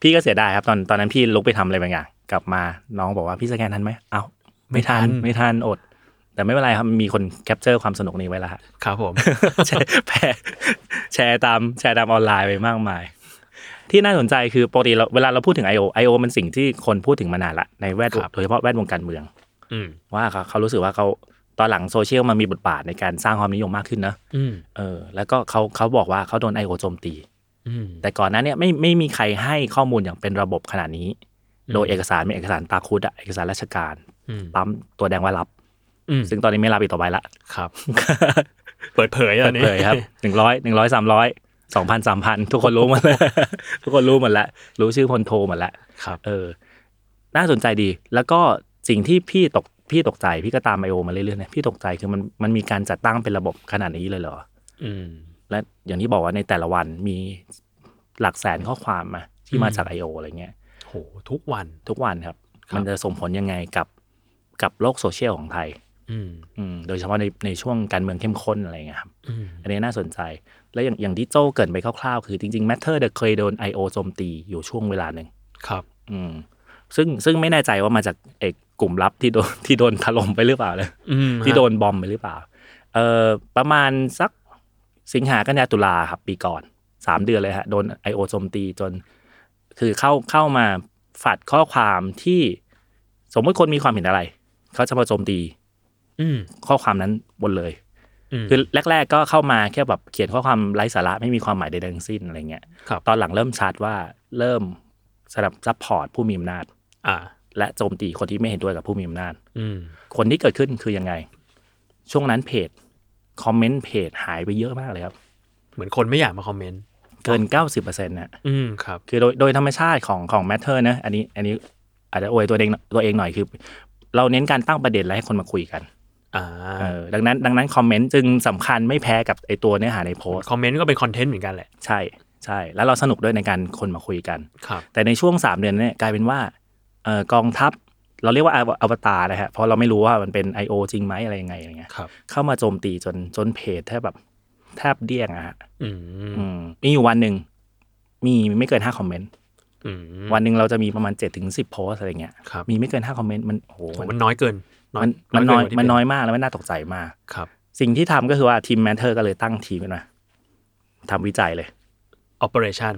Speaker 3: พี่ก็เสียดายครับตอนนั้นพี่ลุกไปทำอะไรบางอย่างกลับมาน้องบอกว่าพี่สแกนทันไหมเอ้าไม่ทันอดแต่ไม่เป็นไรครับมีคนแคปเจอร์ความสนุกนี้ไว้แล้ว
Speaker 2: ครับผม
Speaker 3: แชร์ตามออนไลน์ไปมากมายที่น่าสนใจคือปกติเวลาเราพูดถึง IO มันสิ่งที่คนพูดถึงมานานละในโดยเฉพาะแวดวงการเมืองว่าเขารู้สึกว่าเขาตอนหลังโซเชียลมันมีบทบาทในการสร้างความนิยมมากขึ้นนะแล้วก็เขาบอกว่าเขาโดน IO โจมตีแต่ก่อนนั้นเนี่ยไม่มีใครให้ข้อมูลอย่างเป็นระบบขนาดนี้โดยเอกสารเป็นเอกสารตาคุดเอกสารราชการปั๊มตัวแดงว่ารับซึ่งตอนนี้ไม่รับอีกต่อไปละ
Speaker 2: ครับ เปิดเผยตอนนี้
Speaker 3: เปิดเผยครับ100 300 2,000 3,000ทุกคนรู้หมดเลยทุกคนรู้หมดแล้วรู้ชื่อพลโทหมดแล้ว
Speaker 2: ครับ
Speaker 3: น่าสนใจดีแล้วก็สิ่งที่พี่ตกใจพี่ก็ตาม IO มาเรื่อยๆเนี่ยพี่ตกใจคือมันมีการจัดตั้งเป็นระบบขนาดนี้เลยเหรอและอย่างที่บอกว่าในแต่ละวันมีหลักแสนข้อความมาที่มาจาก IO อะไรเงี้ย
Speaker 2: โหทุกวัน
Speaker 3: ครับมันจะส่งผลยังไงกับโลกโซเชียลของไทยโดยเฉพาะในช่วงการเมืองเข้มข้นอะไรเงี้ยครับอันนี้น่าสนใจและอย่างที่โจ้เกิดไปคร่าวๆคือจริงๆ Matter เคยโดน IO โจมตีอยู่ช่วงเวลาหนึ่ง
Speaker 2: ครับ
Speaker 3: ซึ่งไม่แน่ใจว่ามาจากกลุ่มลับที่โดนถล่มไปหรือเปล่าเลยที่โดนบอมไปหรือเปล่าประมาณสักสิงหากันยาตุลาครับปีก่อน3 เดือนเลยฮะโดน IO โจมตีจนคือเข้ามาฝัดข้อความที่สมมติคนมีความเห็นอะไรเขาจะมาโจมตีข้อความนั้นบนเลยคือแรกๆก็เข้ามาแค่แบบเขียนข้อความไร้สาระไม่มีความหมายใดๆทั้งสิ้นอะไรเงี้ยตอนหลังเริ่มชัดว่าเริ่มสนับซัพพอร์ตผู้มีอำนาจและโจมตีคนที่ไม่เห็นด้วยกับผู้มีอำนาจคนที่เกิดขึ้นคือยังไงช่วงนั้นเพจคอมเมนต์เพจหายไปเยอะมากเลยครับ
Speaker 2: เหมือนคนไม่อยากมาคอมเมนต์
Speaker 3: เกิน 90%
Speaker 2: นะครับ
Speaker 3: คือโดยธรรมชาติของ Matter นะอันนี้อาจจะอวยตัวเองหน่อยคือเราเน้นการตั้งประเด็นและให้คนมาคุยกันดังนั้นคอมเมนต์จึงสำคัญไม่แพ้กับไอตัวเนื้อหาในโพสต์
Speaker 2: คอมเมนต์ก็เป็นคอนเทนต์เหมือนกันแหละ
Speaker 3: ใช่แล้วเราสนุกด้วยในการคนมาคุยกันแต่ในช่วง3 เดือนนี้กลายเป็นว่ากองทัพเราเรียกว่าอวตารนะฮะเพราะเราไม่รู้ว่ามันเป็น IO จริงไหมอะไรยังไงเข้ามาโจมตีจนเพจแทบเดี้ยงอะฮะมีอยู่วันหนึ่งมีไม่เกิน5 คอมเมนต์วันหนึ่งเราจะมีประมาณ 7-10 โพสอะไรเงี้ยมีไม่เกิน5 คอมเมนต์มันโอ้โห
Speaker 2: มันน้อยเกิน
Speaker 3: มันน้อยมากแล้วมันน่าตกใจมากสิ่งที่ทำก็คือว่าทีม Matter ก็เลยตั้งทีมขึ้นมาทำวิจัยเลย
Speaker 2: operation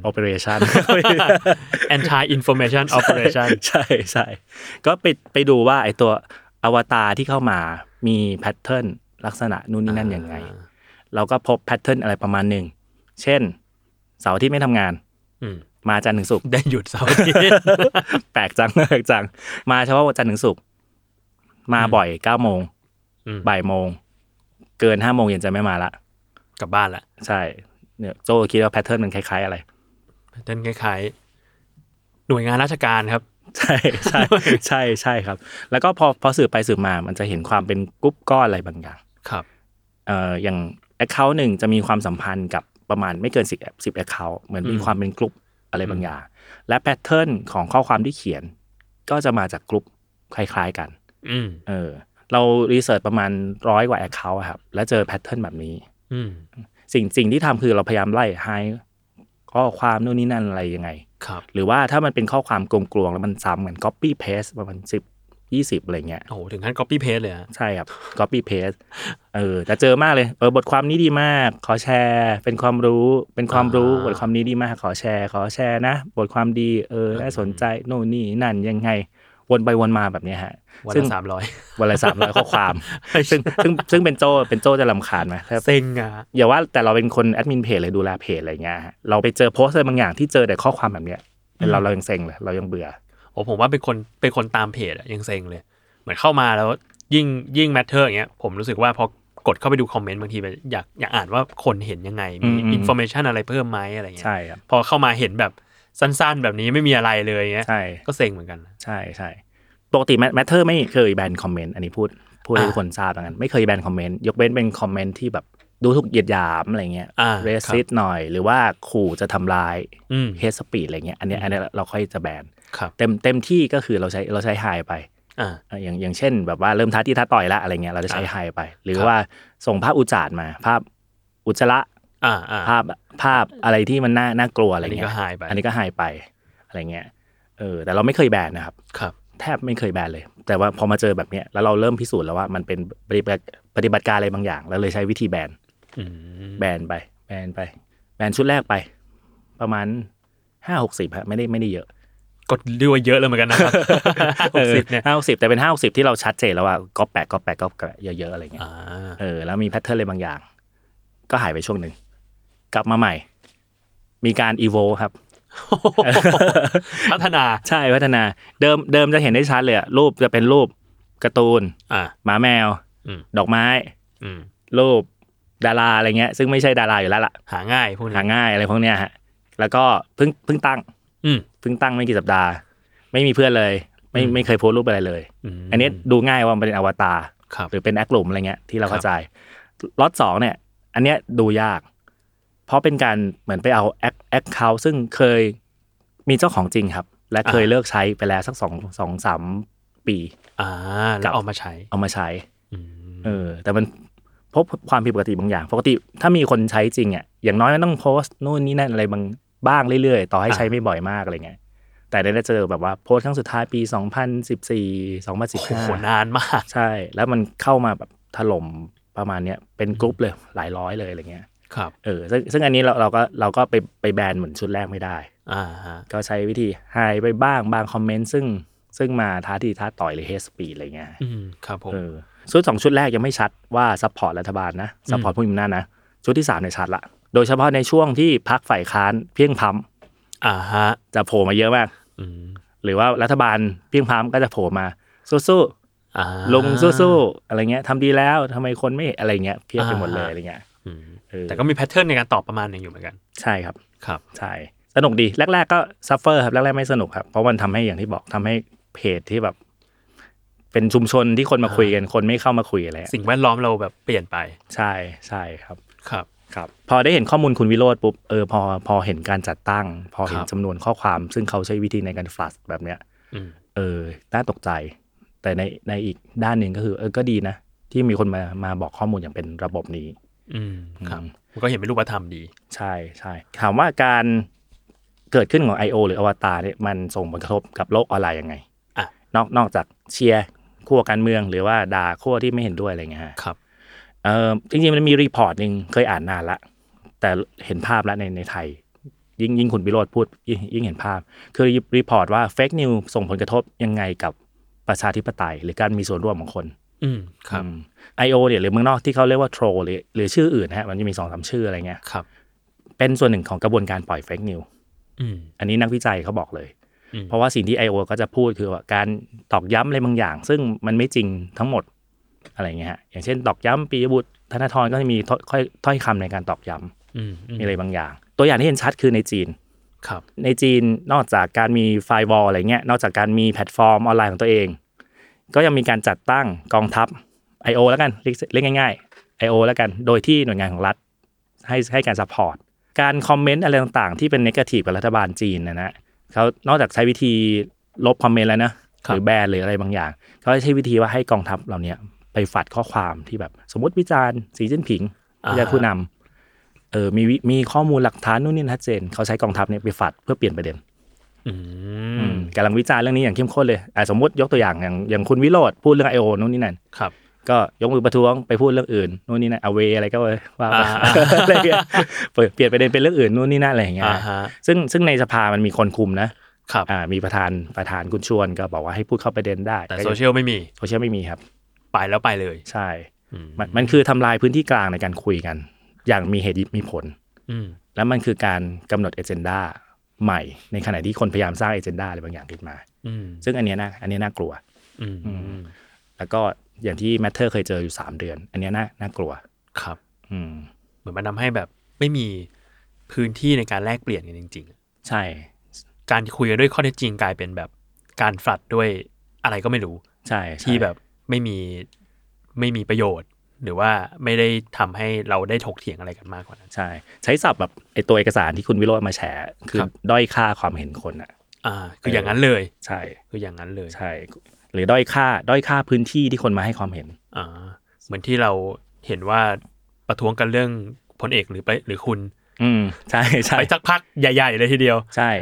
Speaker 2: anti information operation
Speaker 3: ใช่ก็ไปดูว่าไอ้ตัวอวตารที่เข้ามามีแพทเทิร์นลักษณะนู่นนี่นั่นยังไงเราก็พบแพทเทิร์นอะไรประมาณหนึ่งเช่นเสาร์อาทิตย์ไม่ทำงานมาจันทร์ถึงศุกร์
Speaker 2: ได้หยุดเสาร์อาทิตย์
Speaker 3: แปลกจังมาเฉพาะวันจันทร์ถึงศุกร์มาบ่อย 9 โมงบ่ายโมงเกิน 5 โมงเย็นจะไม่มาละ
Speaker 2: กลับบ้านละ
Speaker 3: ใช่เนี่ยโจคิดว่าแพทเทิร์นมันคล้ายๆอะไร
Speaker 2: แพทเทิร์นคล้ายๆหน่วยงานราชการครับ
Speaker 3: ใช่ครับแล้วก็พอสืบไปสืบมามันจะเห็นความเป็นกรุ๊ปก้อนอะไรบางอย่าง
Speaker 2: ครับ
Speaker 3: อย่าง account 1จะมีความสัมพันธ์กับประมาณไม่เกิน10 account เหมือนมีความเป็นกรุ๊ปอะไรบางอย่างและแพทเทิร์นของข้อความที่เขียนก็จะมาจากกรุ๊ปคล้ายๆกันเรารีเสิร์ชประมาณ100 กว่า account ครับแล้วเจอแพทเทิร์นแบบนี้สิ่งที่ทำคือเราพยายามไล่ให้ข้อความนู่นนี่นั่นอะไรยังไงหรือว่าถ้ามันเป็นข้อความกลวงๆแล้วมันซ้ำเหมือน copy paste ประมาณ10-20อะไรเงี้ย
Speaker 2: โอ้โหถึงขั้น copy paste เลยอ่ะ
Speaker 3: ใช่ครับ copy paste แต่เจอมากเลยบทความนี้ดีมากขอแชร์เป็นความรู้บทความนี้ดีมากขอแชร์นะบทความดีน่าสนใจโน่นนี่นั่นยังไงวนไปวนมาแบบนี้ฮะ
Speaker 2: วันละ300
Speaker 3: วันละ300ข้อความซึ่งเป็นโจ้จะรำคาญไหม
Speaker 2: เซ็งอ่ะ
Speaker 3: อย่าว่าแต่เราเป็นคนแอดมินเพจเลยดูแลเพจอะไรเงี้ยเราไปเจอโพสต์อะไรบางอย่างที่เจอแต่ข้อความแบบเนี้ยเรายังเซ็งเลยเรายังเบื่อ
Speaker 2: โอ้ผมว่าเป็นคนตามเพจอ่ะยังเซ็งเลยเหมือนเข้ามาแล้วยิ่งแมทเทอร์อย่างเงี้ยผมรู้สึกว่าพอกดเข้าไปดูคอมเมนต์บางทีอยากอ่านว่าคนเห็นยังไงมีอินฟอร์เมชันอะไรเพิ่มไหมอะไรเงี้ย
Speaker 3: ใช่ครับ
Speaker 2: พอเข้ามาเห็นแบบสั้นๆแบบนี้ไม่มีอะไรเลยเงี้ยก็เซ็งเหมือนกัน
Speaker 3: ใช่ปกติแมทเทอร์ไม่เคยแบนคอมเมนต์อันนี้พูดให้ทุกคนทราบเหมือนกันไม่เคยแบนคอมเมนต์ยกเว้นเป็นคอมเมนต์ที่แบบดูถูกเหยียดหยามอะไรเงี้ยเรสซิสหน่อยหรือว่าขู่จะทำลายเฮทสปีดอะไรเงี้ยอันนี้เราค่อยจะแบนเต็มที่ก็คือเราใช้ไฮไปอย่างเช่นแบบว่าเริ่มท้าที่ท้าต่อยละอะไรเงี้ยเราจะใช้ไฮไปหรือว่าส่งภาพอุจจาระมาภาพอุจจาระภาพอะไรที่มันน่ากลัวอะไรเงี้ยอันนี้ก็ไฮไปอะไรอะไรเงี้ยแต่เราไม่เคยแบนนะครับ
Speaker 2: ครับ
Speaker 3: แทบไม่เคยแบนเลยแต่ว่าพอมาเจอแบบเนี้ยแล้วเราเริ่มพิสูจน์แล้วว่ามันเป็นปฏิบัติการอะไรบางอย่างแล้วเลยใช้วิธีแบนแบนแบนชุดแรกไปประมาณ5-60ฮะไม่ได้เยอะ
Speaker 2: ก็เรียกว่าเยอะเลยเหมือนกันนะครับ60เนี่ย
Speaker 3: 5-60แต่เป็น5-60ที่เราชัดเจนแล้วว่าก๊อปแปะเยอะๆอะไรเงี้ยแล้วมีแพทเทิร์นอะไรบางอย่างก็หายไปช่วงนึงกลับมาใหม่มีการอีโวครับ
Speaker 2: พัฒนา
Speaker 3: ใช่พัฒนาเดิมจะเห็นได้ชัดเลยอะรูปจะเป็นรูปการ์ตูนหมาแมวดอกไม้รูปดาราอะไรเงี้ยซึ่งไม่ใช่ดาราอยู่แล้วล่ะ
Speaker 2: หาง่ายพวกนี้
Speaker 3: หาง่ายอะไรพวกเนี้ยฮะแล้วก็เพิ่งตั้งไม่กี่สัปดาห์ไม่มีเพื่อนเลยไม่เคยโพสต์รูปอะไรเลยอันนี้ดูง่ายว่ามันเป็นอวตารหรือเป็นแอคหลุมอะไรเงี้ยที่เราเข้าใจล็อต2เนี่ยอันเนี้ยดูยากเพราะเป็นการเหมือนไปเอาแอคเคาท์ซึ่งเคยมีเจ้าของจริงครับและเคยเลิกใช้ไปแล้วสัก2-3 ปี
Speaker 2: แล้วเอามาใช้
Speaker 3: แต่มันพบความผิดปกติบางอย่างปกติถ้ามีคนใช้จริงอ่ะอย่างน้อยมันต้องโพสต์นู่นนี่นั่นอะไรบ้างเรื่อยๆต่อให้ใช้ไม่บ่อยมากอะไรเงี้ยแต่ได้เจอแบบว่าโพสต์ครั้งสุดท้ายปี2014 2015
Speaker 2: โอ้โหนานมาก
Speaker 3: ใช่แล้วมันเข้ามาแบบถล่มประมาณเนี้ยเป็นกรุ๊ปเลยหลายร้อยเลยอะไรเงี้ย
Speaker 2: ครับ
Speaker 3: ซึ่งอันนี้เราก็ไปแบนเหมือนชุดแรกไม่ได้ก็ใช้วิธีไฮไปบ้างบางคอมเมนต์ซึ่งมาท้าต่อยหรือเฮสปีดอะไรเงี้ย
Speaker 2: ครับผม
Speaker 3: ชุด2ชุดแรกยังไม่ชัดว่าซัพพอร์ตรัฐบาลนะซัพพอร์ตผู้มีอำนาจนะชุดที่3เนี่ยชัดละโดยเฉพาะในช่วงที่พรรคฝ่ายค้านเพียงพล้ำจะโผล่มาเยอะมากหรือว่ารัฐบาลเพียงพล้ำก็จะโผล่มาสู้ๆลงสู้ๆอะไรเงี้ยทำดีแล้วทำไมคนไม่อะไรเงี้ยเพียบไปหมดเลยอะไรเงี้ย
Speaker 2: แต่ก็มีแพทเทิร์นในการตอบประมาณนึงอยู่เหมือนกัน
Speaker 3: ใช่ครับใช่สนุกดีแรกๆก็ซัฟเฟอร์ครับแรกๆไม่สนุกครับเพราะมันทำให้อย่างที่บอกทำให้เพจที่แบบเป็นชุมชนที่คนมาคุยกันคนไม่เข้ามาคุยอะไร
Speaker 2: สิ่งแวดล้อมเราแบบเปลี่ยนไป
Speaker 3: ใช่ครับ
Speaker 2: ครับ
Speaker 3: พอได้เห็นข้อมูลคุณวิโรจน์ปุ๊บพอเห็นการจัดตั้งพอเห็นจำนวนข้อความซึ่งเขาใช้วิธีในการฟลัชแบบเนี้ยน่าตกใจแต่ในอีกด้านนึงก็คือก็ดีนะที่มีคนมาบอกข้อมูลอย่างเป็นระบบนี้
Speaker 2: ครับมันก็เห็นเป็นรูปธรรมดี
Speaker 3: ใช่ถามว่าการเกิดขึ้นของ I.O. หรืออวตารเนี่ยมันส่งผลกระทบกับโลกออนไลน์ยังไงนอกจากเชียร์ขั้วการเมืองหรือว่าด่าขั้วที่ไม่เห็นด้วยอะไรเงี้ย
Speaker 2: ครับ
Speaker 3: จริงๆมันมีรีพอร์ตนึงเคยอ่านนานละแต่เห็นภาพแล้วในไทยยิ่งคุณวิโรจน์พูดยิ่งเห็นภาพคือรีพอร์ตว่าเฟกนิวส่งผลกระทบยังไงกับประชาธิปไตยหรือการมีส่วนร่วมของคน
Speaker 2: ครับ
Speaker 3: I.O. เนี่ยหรือเมืองนอกที่เขาเรียกว่าโทรหรือชื่ออื่นฮะมันจะมี 2-3 ชื่ออะไรเงี้ย
Speaker 2: ครับ
Speaker 3: เป็นส่วนหนึ่งของกระบวนการปล่อยเฟกนิวอันนี้นักวิจัยเขาบอกเลยเพราะว่าสิ่งที่ I.O. ก็จะพูดคือว่าการตอกย้ำอะไรบางอย่างซึ่งมันไม่จริงทั้งหมดอะไรเงี้ยฮะอย่างเช่นตอกย้ำปียบุตรธนาธรก็จะมีถ้อยคำในการตอกย้ำมีอะไรบางอย่างตัวอย่างที่เห็นชัดคือในจีนในจีนนอกจากการมีไฟวอลอะไรเงี้ยนอกจากการมีแพลตฟอร์มออนไลน์ของตัวเองก็ยังมีการจัดตั้งกองทัพ I.O. แล้วกันเรียกง่ายๆ I.O. แล้วกันโดยที่หน่วยงานของรัฐให้การซัพพอร์ตการคอมเมนต์อะไรต่างๆที่เป็นเนกาทีฟกับรัฐบาลจีนนะเขานอกจากใช้วิธีลบคอมเมนต์แล้วนะหรือแบนหรืออะไรบางอย่างเขาใช้วิธีว่าให้กองทัพเหล่านี้ไปฝัดข้อความที่แบบสมมติวิจารณ์สีจิ้นผิงวิจารณ์ผู้นำมีข้อมูลหลักฐานนู่นนี่ชัดเจนเขาใช้กองทัพเนี่ยไปฝัดเพื่อเปลี่ยนประเด็นกำลังวิจารณ์เรื่องนี้อย่างเข้มข้นเลยสมมติยกตัวอย่างคุณวิโรจน์พูดเรื่อง I.O. นู่นนี่นั่นก็ยกมือประท้วงไปพูดเรื่องอื่นนู่นนี่นั่นเอาเวอะไรก็ว่าอะไรเงี้ยเปลี่ยนประเด็นเป็นเรื่องอื่นนู่นนี่นั่นอะไรอย่างเงี้ยซึ่งในสภามันมีคนคุมนะครับมีประธานคุณชวนก็บอกว่าให้พูดเข้าประเด็นได้
Speaker 2: แต่โซเชียลไม่มี
Speaker 3: ครับ
Speaker 2: ไปแล้วไปเลย
Speaker 3: ใช่มันคือทำลายพื้นที่กลางในการคุยกันอย่างมีเหตุมีผลแล้วมันคือการกำหนดเอเจนดาใหม่ในขณะที่คนพยายามสร้างเอเจนดาอะไรบางอย่างขึ้นมาซึ่งอันนี้น่ากลัวแล้วก็อย่างที่แมทเทอร์เคยเจออยู่3 เดือนอันนี้น่ากลัว
Speaker 2: ครับเหมือนมันทำให้แบบไม่มีพื้นที่ในการแลกเปลี่ยนกันจริง
Speaker 3: ๆใช่
Speaker 2: การคุยกันด้วยข้อเท็จจริงกลายเป็นแบบการฟลัดด้วยอะไรก็ไม่รู้
Speaker 3: ใช่
Speaker 2: ที่แบบไม่มีประโยชน์หรือว่าไม่ได้ทำให้เราได้ถกเถียงอะไรกันมากกว่านั้น
Speaker 3: ใช้ศัพท์แบบไอตัวเอกสารที่คุณวิโรจน์มาแฉคือด้อยค่าความเห็นคน
Speaker 2: คืออย่างนั้นเลย
Speaker 3: ใช่
Speaker 2: คืออย่างนั้นเลย
Speaker 3: ใช่หรือด้อยค่าพื้นที่ที่คนมาให้ความเห็น
Speaker 2: เหมือนที่เราเห็นว่าประท้วงกันเรื่องพลเอกหรือคุณ
Speaker 3: ใช่
Speaker 2: ไปสักพักใหญ่ๆเลยทีเดียว
Speaker 3: ใช่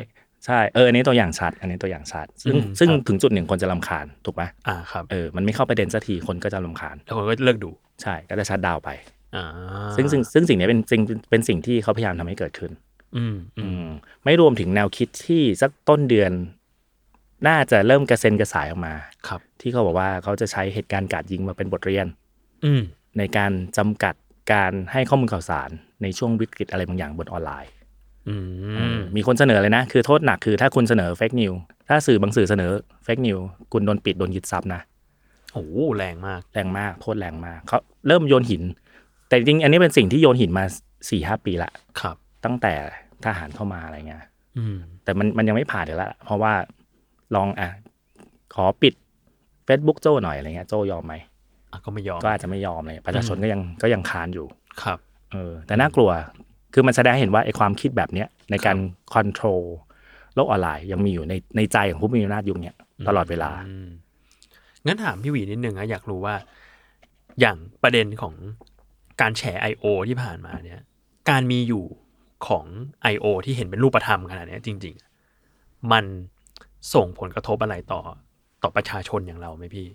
Speaker 3: ใช่อันนี้ตัวอย่างชัดซึ่งถึงจุดหนึ่งคนจะรำคาญถูกไหม
Speaker 2: ครับ
Speaker 3: มันไม่เข้าประเด็นสักทีคนก็จะรำคาญ
Speaker 2: แล้วคนก็เลิกดู
Speaker 3: ใช่ก็จะชัตดาวน์ไป
Speaker 2: ซึ่ง
Speaker 3: สิ่งนี้เป็นสิ่งที่เขาพยายามทำให้เกิดขึ้นไม่รวมถึงแนวคิดที่สักต้นเดือนน่าจะเริ่มกระเซ็นกระสายออกมาที่เขาบอกว่าเขาจะใช้เหตุการณ์กราดยิงมาเป็นบทเรียนในการจำกัดการให้ข้อมูลข่าวสารในช่วงวิกฤตอะไรบางอย่างบนออนไลน์มีคนเสนอเลยนะคือโทษหนักคือถ้าคุณเสนอเฟกนิวถ้าสื่อบางสื่อเสนอเฟกนิวคุณโดนปิดโดนยึดทรัพย์นะ
Speaker 2: โอ้แรงมาก
Speaker 3: โทษแรงมากเขาเริ่มโยนหินแต่จริงอันนี้เป็นสิ่งที่โยนหินมา 4-5 ปีละตั้งแต่ทหารเข้ามาอะไรเงี้ยแต่มันยังไม่ผ่านเลยละเพราะว่าลองขอปิด Facebook โจ้หน่อยอะไรเงี้ยโจ้ยอมไหม
Speaker 2: ก็ไม่ยอม
Speaker 3: ก็อาจจะไม่ยอมเลยประชาชนก็ยังค้านอยู่
Speaker 2: ครับ
Speaker 3: แต่น่ากลัวคือมันแสดงให้เห็นว่าไอ้ความคิดแบบเนี้ยในการคอนโทรลโลกออนไลน์ยังมีอยู่ในใจของผู้มีอำนาจยุคนี้ตลอดเวลา
Speaker 2: งั้นถามพี่หวีนิดนึงนะอยากรู้ว่าอย่างประเด็นของการแฉ I.O. ที่ผ่านมาเนี่ยการมีอยู่ของ I.O. ที่เห็นเป็นรูปธรรมขนาดนี้จริงๆมันส่งผลกระทบอะไรต่อประชาชนอย่างเราไหมพี่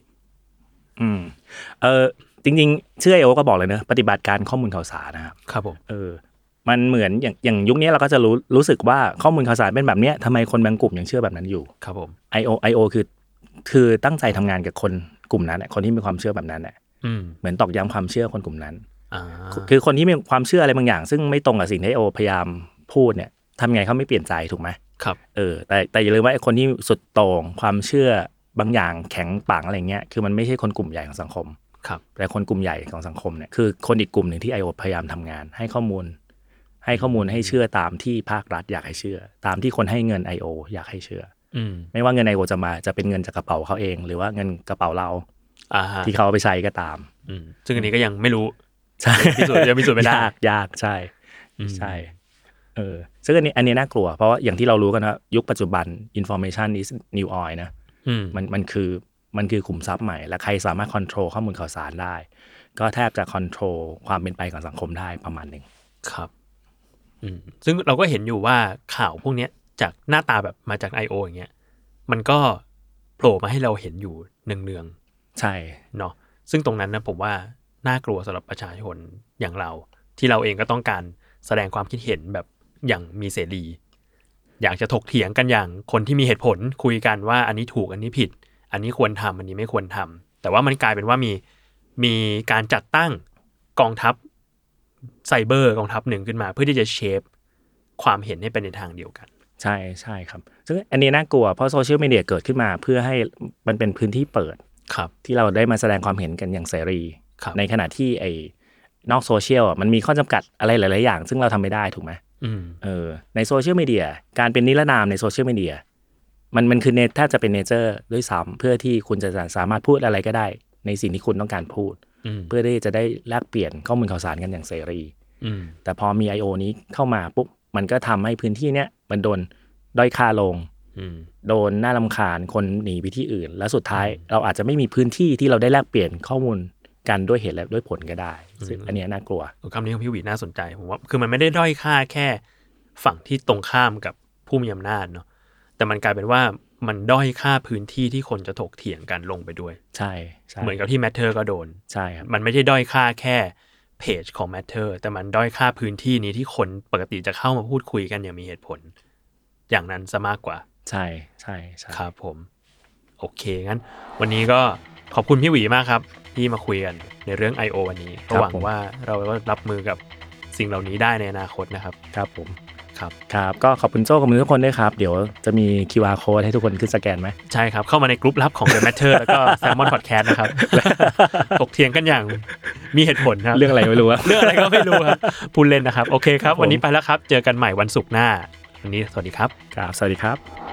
Speaker 3: จริงๆชื่อ I.O. ก็บอกเลยเนอะปฏิบัติการข้อมูลข่าวสารนะครับ
Speaker 2: ครับผม
Speaker 3: มันเหมือนอย่างยุคนี้เราก็จะรู้สึกว่าข้อมูลข่าวสารเป็นแบบนี้ทำไมคนบางกลุ่มยังเชื่อแบบนั้นอยู่
Speaker 2: ครับผม
Speaker 3: I.O. คือตั้งใจทำงานกับคนกลุ่มนั้นคนที่มีความเชื่อแบบนั้นเหมือนตอกย้ำความเชื่อคนกลุ่มนั้นคือคนที่มีความเชื่ออะไรบางอย่างซึ่งไม่ตรงกับสิ่งที่ I.O. พยายามพูดเนี่ยทำไงเขาไม่เปลี่ยนใจถูกไหม
Speaker 2: ครับ
Speaker 3: แต่อย่าลืมว่าคนที่สุดโต่งความเชื่อบางอย่างแข็งปังอะไรเงี้ยคือมันไม่ใช่คนกลุ่มใหญ่ของสังคมแต่คนกลุ่มใหญ่ของสังคมเนี่ยคือคนอีกกลุ่มหนึ่งที่ I.O. พยายามทำงานให้ข้อมูลให้เชื่อตามที่ภาครัฐอยากให้เชื่อตามที่คนให้เงิน I.O. อยากให้เชื่อไม่ว่าเงิน I.O. จะเป็นเงินจากกระเป๋าเขาเองหรือว่าเงินกระเป๋าเราที่เขาเอาไปใช้ก็ตาม
Speaker 2: ซึ่งอันนี้ก็ยังไม่รู้
Speaker 3: ใช่
Speaker 2: ยังพิสูจน์ไม่ได้
Speaker 3: ยากใช่ซึ่งอันนี้น่ากลัวเพราะว่าอย่างที่เรารู้กันว่ายุคปัจจุบัน information is new oil นะมันคือขุมทรัพย์ใหม่และใครสามารถคอนโทรลข้อมูลข่าวสารได้ก็แทบจะคอนโทรลความเป็นไปของสังคมได้ประมาณนึง
Speaker 2: ครับซึ่งเราก็เห็นอยู่ว่าข่าวพวกนี้จากหน้าตาแบบมาจาก I.O. อย่างเงี้ยมันก็โผล่มาให้เราเห็นอยู่เนือง
Speaker 3: ๆใช่
Speaker 2: เนาะซึ่งตรงนั้นนะผมว่าน่ากลัวสำหรับประชาชนอย่างเราที่เราเองก็ต้องการแสดงความคิดเห็นแบบอย่างมีเสรีอยากจะถกเถียงกันอย่างคนที่มีเหตุผลคุยกันว่าอันนี้ถูกอันนี้ผิดอันนี้ควรทำอันนี้ไม่ควรทำแต่ว่ามันกลายเป็นว่ามีการจัดตั้งกองทัพไซเบอร์กองทัพหนึ่งขึ้นมาเพื่อที่จะเชฟความเห็นให้เป็นในทางเดียวกัน
Speaker 3: ใช่ครับซึ่งอันนี้น่ากลัวเพราะโซเชียลมีเดียเกิดขึ้นมาเพื่อให้มันเป็นพื้นที่เปิดที่เราได้มาแสดงความเห็นกันอย่างเสรีในขณะที่ไอ้นอกโซเชียลมันมีข้อจำกัดอะไรหลายๆอย่างซึ่งเราทำไม่ได้ถูกไหมในโซเชียลมีเดียการเป็นนิรนามในโซเชียลมีเดียมันคือแทบจะเป็นเนเจอร์ด้วยซ้ำเพื่อที่คุณจะสามารถพูดอะไรก็ได้ในสิ่งที่คุณต้องการพูดเพื่อที่จะได้แลกเปลี่ยนข้อมูลข่าวสารกันอย่างเสรีแต่พอมี I.O. นี้เข้ามาปุ๊บมันก็ทำให้พื้นที่เนี้ยมันโดนด้อยค่าลงโดนน่ารำคาญคนหนีไปที่อื่นและสุดท้ายเราอาจจะไม่มีพื้นที่ที่เราได้แลกเปลี่ยนข้อมูลกันด้วยเหตุและด้วยผลก็ได้ซึ่งอันนี้น่ากลัว
Speaker 2: คำนี้ของพี่หวีน่าสนใจผมว่าคือมันไม่ได้ด้อยค่าแค่ฝั่งที่ตรงข้ามกับผู้มีอำนาจเนาะแต่มันกลายเป็นว่ามันด้อยค่าพื้นที่ที่คนจะถกเถียงกันลงไปด้วย
Speaker 3: ใช่
Speaker 2: เหมือนกับที่ Matter ก็โดน
Speaker 3: ใช่ครับ
Speaker 2: มันไม่ใช่ด้อยค่าแค่เพจของ Matter แต่มันด้อยค่าพื้นที่นี้ที่คนปกติจะเข้ามาพูดคุยกันอย่างมีเหตุผลอย่างนั้นซะมากกว่า
Speaker 3: ใช่
Speaker 2: ครับผมโอเคงั้นวันนี้ก็ขอบคุณพี่หวีมากครับที่มาคุยกันในเรื่อง I.O. วันนี้หวังว่าเราก็รับมือกับสิ่งเหล่านี้ได้ในอนาคตนะครับ
Speaker 3: ครับผมครับก็ขอบคุณโจ้ขอบคุณทุกคนด้วยครับเดี๋ยวจะมี QR code ให้ทุกคนขึ้นสแกนไหม
Speaker 2: ใช่ครับเข้ามาในกลุ่มลับของ The Matter แล้วก็ Salmon Podcast นะครับถกเถียงกันอย่างมีเหตุผลครับ
Speaker 3: เรื่องอะไรไม่รู้
Speaker 2: เรื่องอะไรก็ไม่รู้ครับพูดเล่นนะครับโอเคครับวันนี้ไปแล้วครับเจอกันใหม่วันศุกร์หน้าวันนี้สวัสดีครับ
Speaker 3: ครับสวัสดีครับ